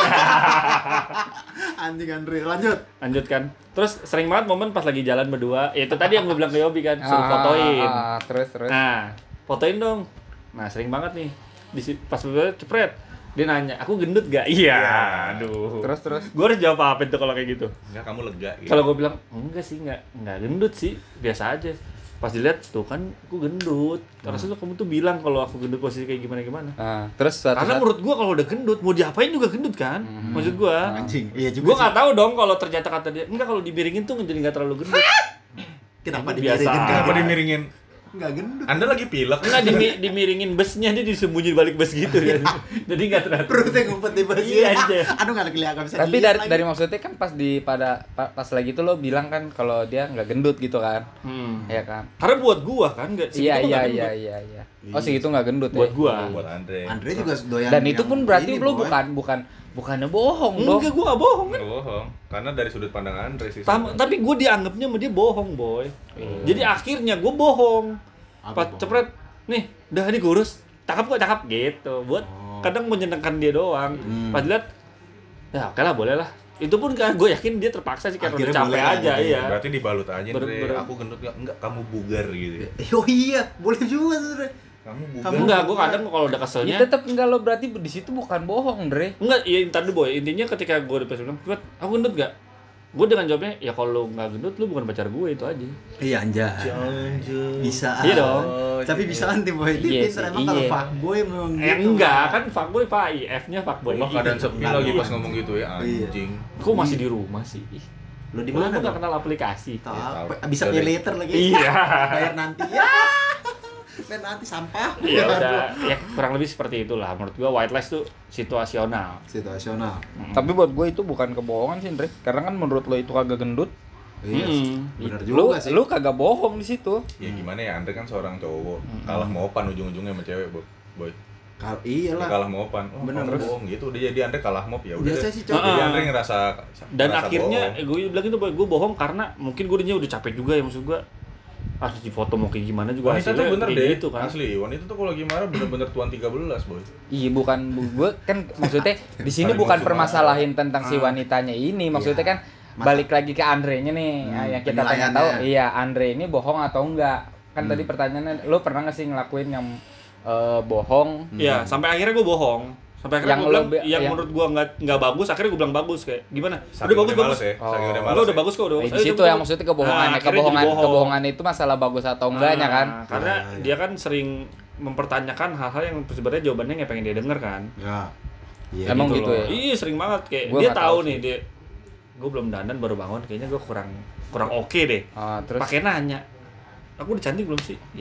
Anjing Andre, lanjut. Lanjut kan. Terus sering banget momen pas lagi jalan berdua. Ya itu tadi yang gue bilang ke Yobi kan, suruh fotoin. Ah, terus terus. Nah, fotoin dong. Nah, sering banget nih. Di si- pas berdua cepret. Dia nanya, "Aku gendut gak?" Iya, aduh. Terus terus. Gue harus jawab apa itu kalau kayak gitu? enggak kamu lega gitu. Kalau gue bilang, "Enggak sih, enggak, enggak gendut sih, biasa aja." Pas dilihat, tuh kan aku gendut. Harusnya kamu tuh bilang kalau aku gendut posisi kayak gimana-gimana. Ah, terus suatu Karena saat- menurut gua kalau udah gendut mau diapain juga gendut kan? Maksud gua. Anjing. Iya Gua juga. nggak tahu dong kalau ternyata kata dia enggak, kalau dimiringin tuh jadi nggak terlalu gendut. sih. Kenapa Ini biasa. dimiringin kenapa kayak dimiringin Enggak gendut. Anda lagi pilek Enggak dimi- dimiringin busnya, dia disembunyi di balik bus gitu kan. Jadi nggak terlihat. Perutnya ngumpet di baju. Iya, anjir. Aduh enggak kelihatan bisa Tapi dilihat dari lagi. dari maksudnya kan pas di pada pa- pas lagi itu lo bilang kan kalau dia nggak gendut gitu kan. Hmm. Iya kan? Karena buat gua kan enggak Iya iya iya iya iya. Oh segitu nggak gendut Buat ya. gua. buat Andre Andre juga doyan. Dan itu yang pun berarti ini, lo Boy. bukan bukan bukannya bohong dong. Enggak, gua nggak bohong kan. nggak bohong karena dari sudut pandang Andre sih Tam- sebenarnya. tapi gua dianggapnya sama dia bohong, boy. Jadi akhirnya gua bohong. Apa Pas bohong? cepret, nih, udah nih kurus, cakep kok, cakep gitu. Buat Oh. kadang menyenangkan dia doang. Hmm. Pas lihat, ya oke lah, boleh lah. Itu pun kan gue yakin dia terpaksa sih karena udah Akhirnya capek boleh lah, aja, gitu. iya. berarti dibalut aja Ber- Andre ber- aku gendut nggak enggak kamu bugar gitu ya. Oh iya, boleh juga sebenarnya. kamu bugar Kamu- Enggak, gue kadang kalau udah Ya keselnya, tetap enggak lo berarti di situ bukan bohong, Dre. enggak, iya ntar dulu boy. Intinya ketika gue udah pas bilang, "Cepet, aku gendut gak?" Gue dengan jawabnya, ya kalau lu nggak gendut, lu bukan pacar gue, itu aja. Iya anjay. Bisa. Iya dong. Tapi bisa anti boy. Iya Dia pintar sih, emang kalau iya. fuckboy memang Eh gitu. enggak, kan fuckboy Pak I, F-nya fuckboy. Wah keadaan sepi Iya. lagi pas ngomong gitu ya Iya. anjing Kok masih di rumah sih? Ih, Lu di Lu mana? nggak dong? kenal aplikasi. Tahu. Iya, Bisa tahu. pay later lagi. Iya. Bayar nanti. Ya. Bayar nanti sampah. Ya udah, ya kurang lebih seperti itulah. Menurut gua white lies tuh situasional. Situasional. Tapi buat gue itu bukan kebohongan sih, Dre. Karena kan menurut lo itu kagak gendut, Iya. Hmm. Benar lu juga sih. lu kagak bohong di situ. ya gimana ya Andre kan seorang cowok kalah mopan ujung-ujungnya sama cewek boy boy Kal- Dia iyalah. kalah mopan oh Bener, kamu terus? bohong gitu udah jadi Andre kalah mop ya udah Biasa deh. sih cowok. Jadi Ah. Andre ngerasa Dan ngerasa akhirnya bohong. eh, gue bilang itu boy, gue bohong karena mungkin gue udah udah capek juga ya, maksud gue harus di foto mau kayak gimana juga wanita tuh hasilnya bener kayak deh gitu kan. asli wanita tuh kalau lagi marah bener-bener tuan tiga belas boy Iya bukan gue kan maksudnya di sini Paling bukan maksimal. permasalahin tentang si wanitanya ini, maksudnya kan balik lagi ke Andre-nya nih Hmm, yang kita pengen penilaiannya. tahu iya Andre ini bohong atau enggak. Kan Hmm. tadi pertanyaannya lo pernah nggak sih ngelakuin yang eh, bohong? Iya, sampai akhirnya gue bohong. Sampai akhirnya Yang gue bilang lo be- yang yang- menurut gue nggak nggak bagus, akhirnya gue bilang bagus kayak gimana? Saking udah bagus udah bagus. males ya saking Oh. udah Enggak males udah ya. bagus kok udah. Eh, bagus. di Ayo, situ udah yang bagus. maksudnya kebohongannya, Nah, akhirnya jadi kebohongan bohong. kebohongan itu masalah bagus atau enggaknya kan? Nah, karena Ah, iya. dia kan sering mempertanyakan hal-hal yang sebenarnya jawabannya nggak pengen dia denger kan. Ya. Iya. Emang Gitu gitu loh. ya? Iya sering banget kayak Gua dia nggak tahu tahu nih sih. dia gue belum dandan baru bangun, kayaknya gue kurang kurang oke deh. Ah, terus Pakai nanya, aku udah cantik belum sih? Ya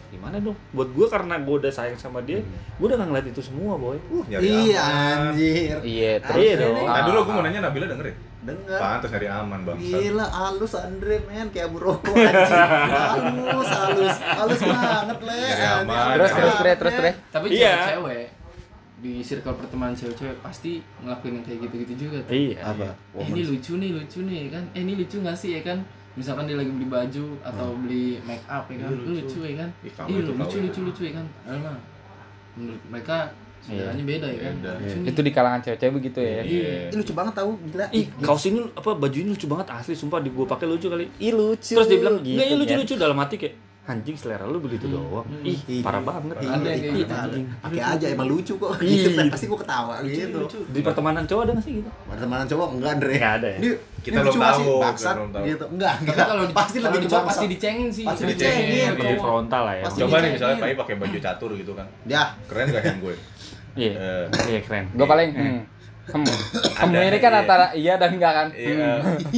gimana dong? Buat gue karena gue udah sayang sama dia, gue udah nggak ngeliat itu semua, boy. Uh, nyari Iya aman. anjir. Iya, terus Iya dong. Nah, dulu gue mau nanya Nabila denger ya? Dengar. Pantes nyari aman, Bang. Gila halus Andre men kayak Abu Roko anjing. Halus halus. Halus banget le. Nyari aman. Anjing. terus terus Bre, terus Bre. Tapi Iya. cewek-cewek di circle pertemanan cewek-cewek pasti ngelakuin yang kayak gitu-gitu juga tuh. Iya. Apa? Eh, ini lucu nih, lucu nih ya kan. Eh ini lucu nggak sih ya kan? Misalkan dia lagi beli baju atau beli make up ya kan. Iya, Lu lucu. lucu ya kan. Ih, kamu Ih, itu lucu kau. lucu lucu ya kan. Emang menurut mereka sebenarnya beda ya kan. Beda. Lucu nih. Itu di kalangan cewek-cewek begitu ya. Iya. Ini lucu banget tahu gila. Ih, kaos ini apa baju ini lucu banget asli, sumpah di gua pakai lucu kali. Ih lucu. Terus dia bilang, gitu, "Enggak, ini kan. lucu-lucu." Dalam hati kayak, "Anjing selera lu begitu doang." Ih, Ih, parah banget. Iya, Ada yang kayak iya, gitu. ada. Pakai aja emang lucu kok. Gitu Iya. pasti gua ketawa gitu. Di pertemanan cowok ada nggak sih gitu? Pertemanan cowok enggak Andre. Nggak ada ya? Ini, Kita ini belum lucu nggak sih? tahu, Bangsat kita belum tahu. gitu. Enggak, Tapi enggak. kalau di, pasti kalau lagi di di cowok bangsat. pasti dicengin sih. Pasti Pasti dicengin. dicengin. Di frontal lah ya. Pasti Coba nih dicengin. misalnya Pai pakai baju catur gitu kan. Ya. Keren gak yang gue? Iya. Eh, Iya, keren. Gue paling hmm. Hem. Hem ini kan iya. antara iya dan enggak kan. Iya.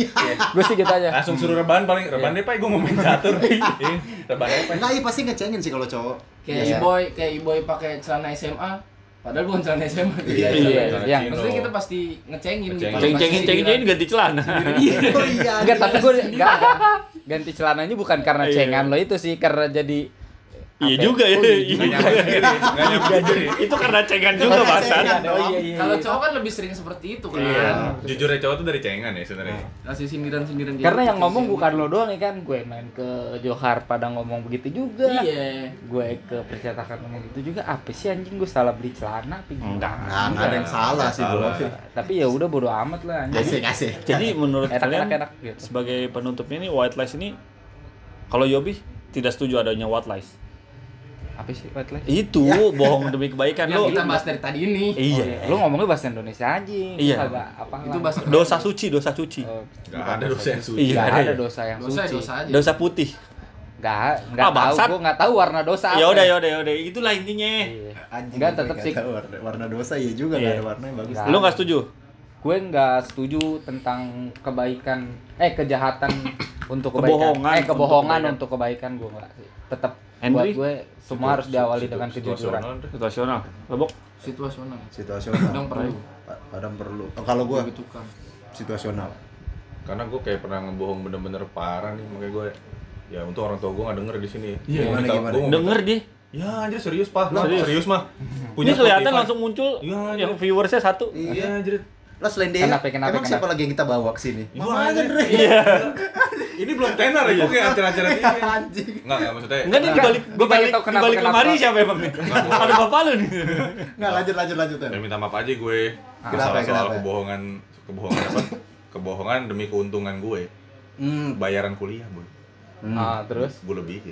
Gue sih gitu aja. Langsung suruh rebahan paling rebahan deh Pai gue mau main catur. Iya, rebahan deh Pai. Enggak, iya pasti ngecengin sih kalau cowok. Kayak Iya. e-boy, kayak e-boy pakai celana S M A. Padahal bukan celana S M A. Iya, iya, Celana yang- chino. Maksudnya kita pasti ngecengin gitu. Ngecengin. Kalau Ceng pasti cengin cengin sindiran. cengin ganti celana. Oh iya. Enggak, tapi gue iya. enggak, enggak. Ganti celananya bukan karena Iya. cengan lo itu sih, karena jadi Iya apa juga ya. Oh, iya Iya Nggak juga. nyampe sendiri, nggak nyampe sendiri. Itu karena cengan juga, Karena Bang. cengan. Oh iya iya. Kalau iya. cowok kan lebih sering seperti itu kan. Iya. Jujurnya cowok tuh dari cengan ya sebenarnya. Kasih sindiran-sindiran gitu. Karena yang ngomong bukan lo doang ya kan, gue main ke Johar Padang ngomong begitu juga. Iya. Gue ke percetakan ngomong gitu juga. Apa sih anjing gue salah beli celana? Apa gimana? Enggak. Nah, enggak ada yang salah sih bro. Salah. Tapi ya udah bodo amat lah anjing. Asik asik. Jadi menurut Enak, kalian enak, enak, gitu. sebagai penutupnya ini white lies ini kalau Yobi tidak setuju adanya white lies. Apa sih white lies? Itu bohong demi kebaikan Yang lo. kita bahas dari tadi ini. Iya. Lu ngomongnya bahasa Indonesia aja. Iya. Kagak apa Itu bahasa Dosa suci, dosa suci. Oh, Enggak ada dosa yang suci. Iya. Gak ada ada ya? dosa yang dosa suci. dosa aja. Dosa putih. Gak, gak Ah, tahu. bangsat. Gue gak tahu warna dosa apa. Ya udah ya udah ya udah. Itulah intinya. Iya. Anjing. Enggak, gue tetep nggak sih. tahu warna, warna dosa ya juga Iya. enggak ada warnanya bagus. Nggak. Lu nggak setuju? Gue nggak setuju tentang kebaikan, eh kejahatan untuk kebaikan. Kebohongan eh kebohongan untuk untuk kebaikan, gue nggak. Tetap buat Henry? gue semua harus diawali Situ- dengan kejujuran. situasional deh. Situasional. Lebok. Situasional. Situasional. Kadang perlu. Pa- Kadang perlu. Oh, kalau gua Dibutuhkan. situasional. Karena gue kayak pernah ngebohong bener-bener parah nih, makanya gue ya untuk orang tua gue nggak denger di sini. Iya, Gua gimana, minta- gimana? gua mau Denger dia. minta- Ya anjir serius Pak. Lah, Serius? serius mah. Ini kelihatan Spotify. langsung muncul Iya, yang iya. viewersnya satu. Iya anjir. Lah selain dia, Kenapa, kenapa, emang kenapa? siapa lagi yang kita bawa ke sini? Iya, Mama aja, anjir. Dre. Iya. Ini belum tenar ya, gue kayak acara-acara ini. Anjing. Enggak, enggak maksudnya. Enggak nih dibalik Gua dibalik pengen tahu kenapa- dibalik kenapa. lemari siapa emang nih? Ada bapak lu nih. Enggak lanjut lanjut lanjut. Tan. Ya minta maaf aja gue. Kenapa, Masalah soal kenapa? kebohongan, kebohongan apa? Kebohongan demi keuntungan gue. Hmm. Bayaran kuliah, Boy. Hmm. Ah, terus Gue lebihin.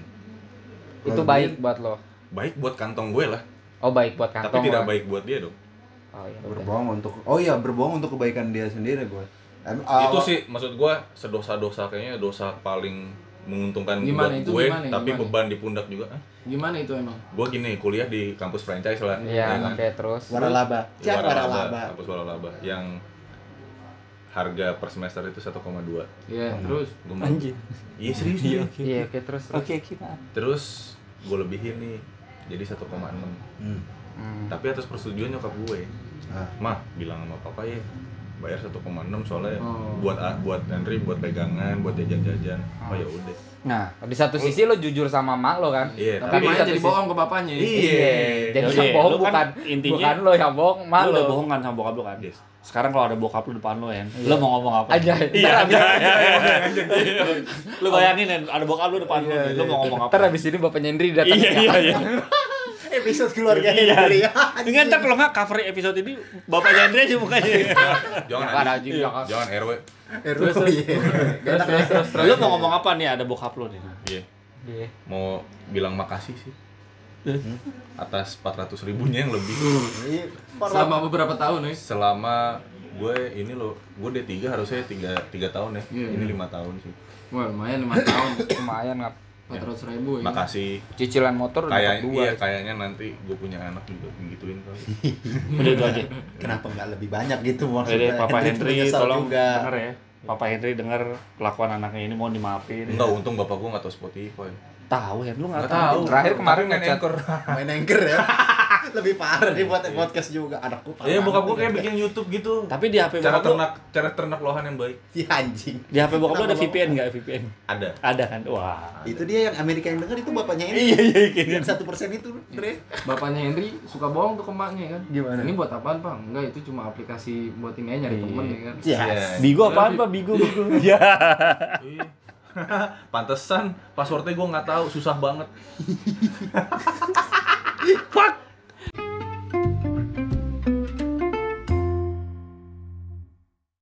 itu Kalau baik buat lo. Baik buat kantong gue lah, Oh baik buat kantong. tapi tidak lo. baik buat dia dong. Oh, iya, udah. Berbohong untuk Oh iya, berbohong untuk kebaikan dia sendiri gue. Em, Itu awal- sih maksud gue sedosa-dosa kayaknya dosa paling menguntungkan Gimana buat itu, gue, gimana, tapi gimana? beban di pundak juga. Hah? Gimana itu emang? Gue gini, kuliah di kampus franchise lah. Iya, ya kan? oke terus. waralaba. Di Cak Waralaba, waralaba. kampus Waralaba yang harga per semester itu satu koma dua. Iya, terus Gua mau- Anjir. Iya serius Iya, nih. oke. Iya, oke terus. terus. Oke, kita. Terus gue lebihin nih jadi satu koma enam. Hmm. Hmm. Tapi atas persetujuan nyokap gue. Ah. Mah bilang sama papa ya bayar satu koma enam soalnya Oh. buat buat Henry buat pegangan, buat jajan-jajan. Oh ya udah. Nah, di satu sisi lo jujur sama mak lo kan. Iya, tapi Tapi main satu jadi sisi- bohong ke bapaknya. Iya. Jadi Yaudah, yang bohong lu kan bukan intinya- bukan lo yang bohong, mak Lu lo. udah bohong kan sama bokap lu kan? Yes. Sekarang kalau ada bokap lu depan lu ya, lu mau ngomong apa? Aja. Iya, Ntar aja. Lu bayangin ya, ada bokap lu depan lu, nih, lu mau ngomong apa? Ntar abis ini bapaknya Hendri datang. Iya, iya, iya. Episode keluarga Iya. Henry ya. Enggak, ntar kalau nggak cover episode ini Bapaknya Andre aja mukanya. Jangan Jangan anjing. anjing, jangan. Jangan R W. Terus iya. Terus terus terus. Lu mau ngomong apa nih, ada bokap lu nih? Iya. Iya. Mau bilang makasih sih. Atas empat ratus ribunya yang lebih. Iya. Selama beberapa tahun ya. Selama gue ini loh, gue D tiga harusnya tiga tiga tahun ya. Iya. Ini lima tahun sih. Wah, lumayan lima tahun. Lumayan ngap. empat ratus ribu ya. Makasih. Cicilan motor udah Kayak dapat dua. iya kayaknya nanti gue punya anak juga gituin kali. Udah itu aja. Kenapa nggak lebih banyak gitu Jadi maksudnya? Papa tuh Henry menyesal tolong juga. denger ya. Papa Henry denger kelakuan anaknya ini mau dimaafin. Enggak, untung bapak gue nggak tahu Spotify. Tahu ya, lu nggak Nggak tahu. tahu. Terakhir kemarin main ngechat. anchor. Main anchor ya. Lebih parah nih buat podcast juga. Anakku parah. Iya, bokap gua banget kayak nih. bikin YouTube gitu. Tapi di H P Cara bokap lu, ternak cara ternak lohan yang baik. Si anjing. di H P bokap lu ada V P N nggak V P N? Ada. Ada kan? Wah. Itu dia yang Amerika yang denger itu bapaknya ini. Iya iya kayaknya. Yang satu persen itu, Dre. Bapaknya Henry suka bohong tuh ke emaknya kan. Gimana? Ini buat apaan, Bang? Enggak, itu cuma aplikasi buat ini aja nyari temen ya kan. Yes. Iya. Bigo apaan Pak? Bigo Bigo. Ya. Iya. Pantesan passwordnya gua nggak tahu, susah banget. Fuck.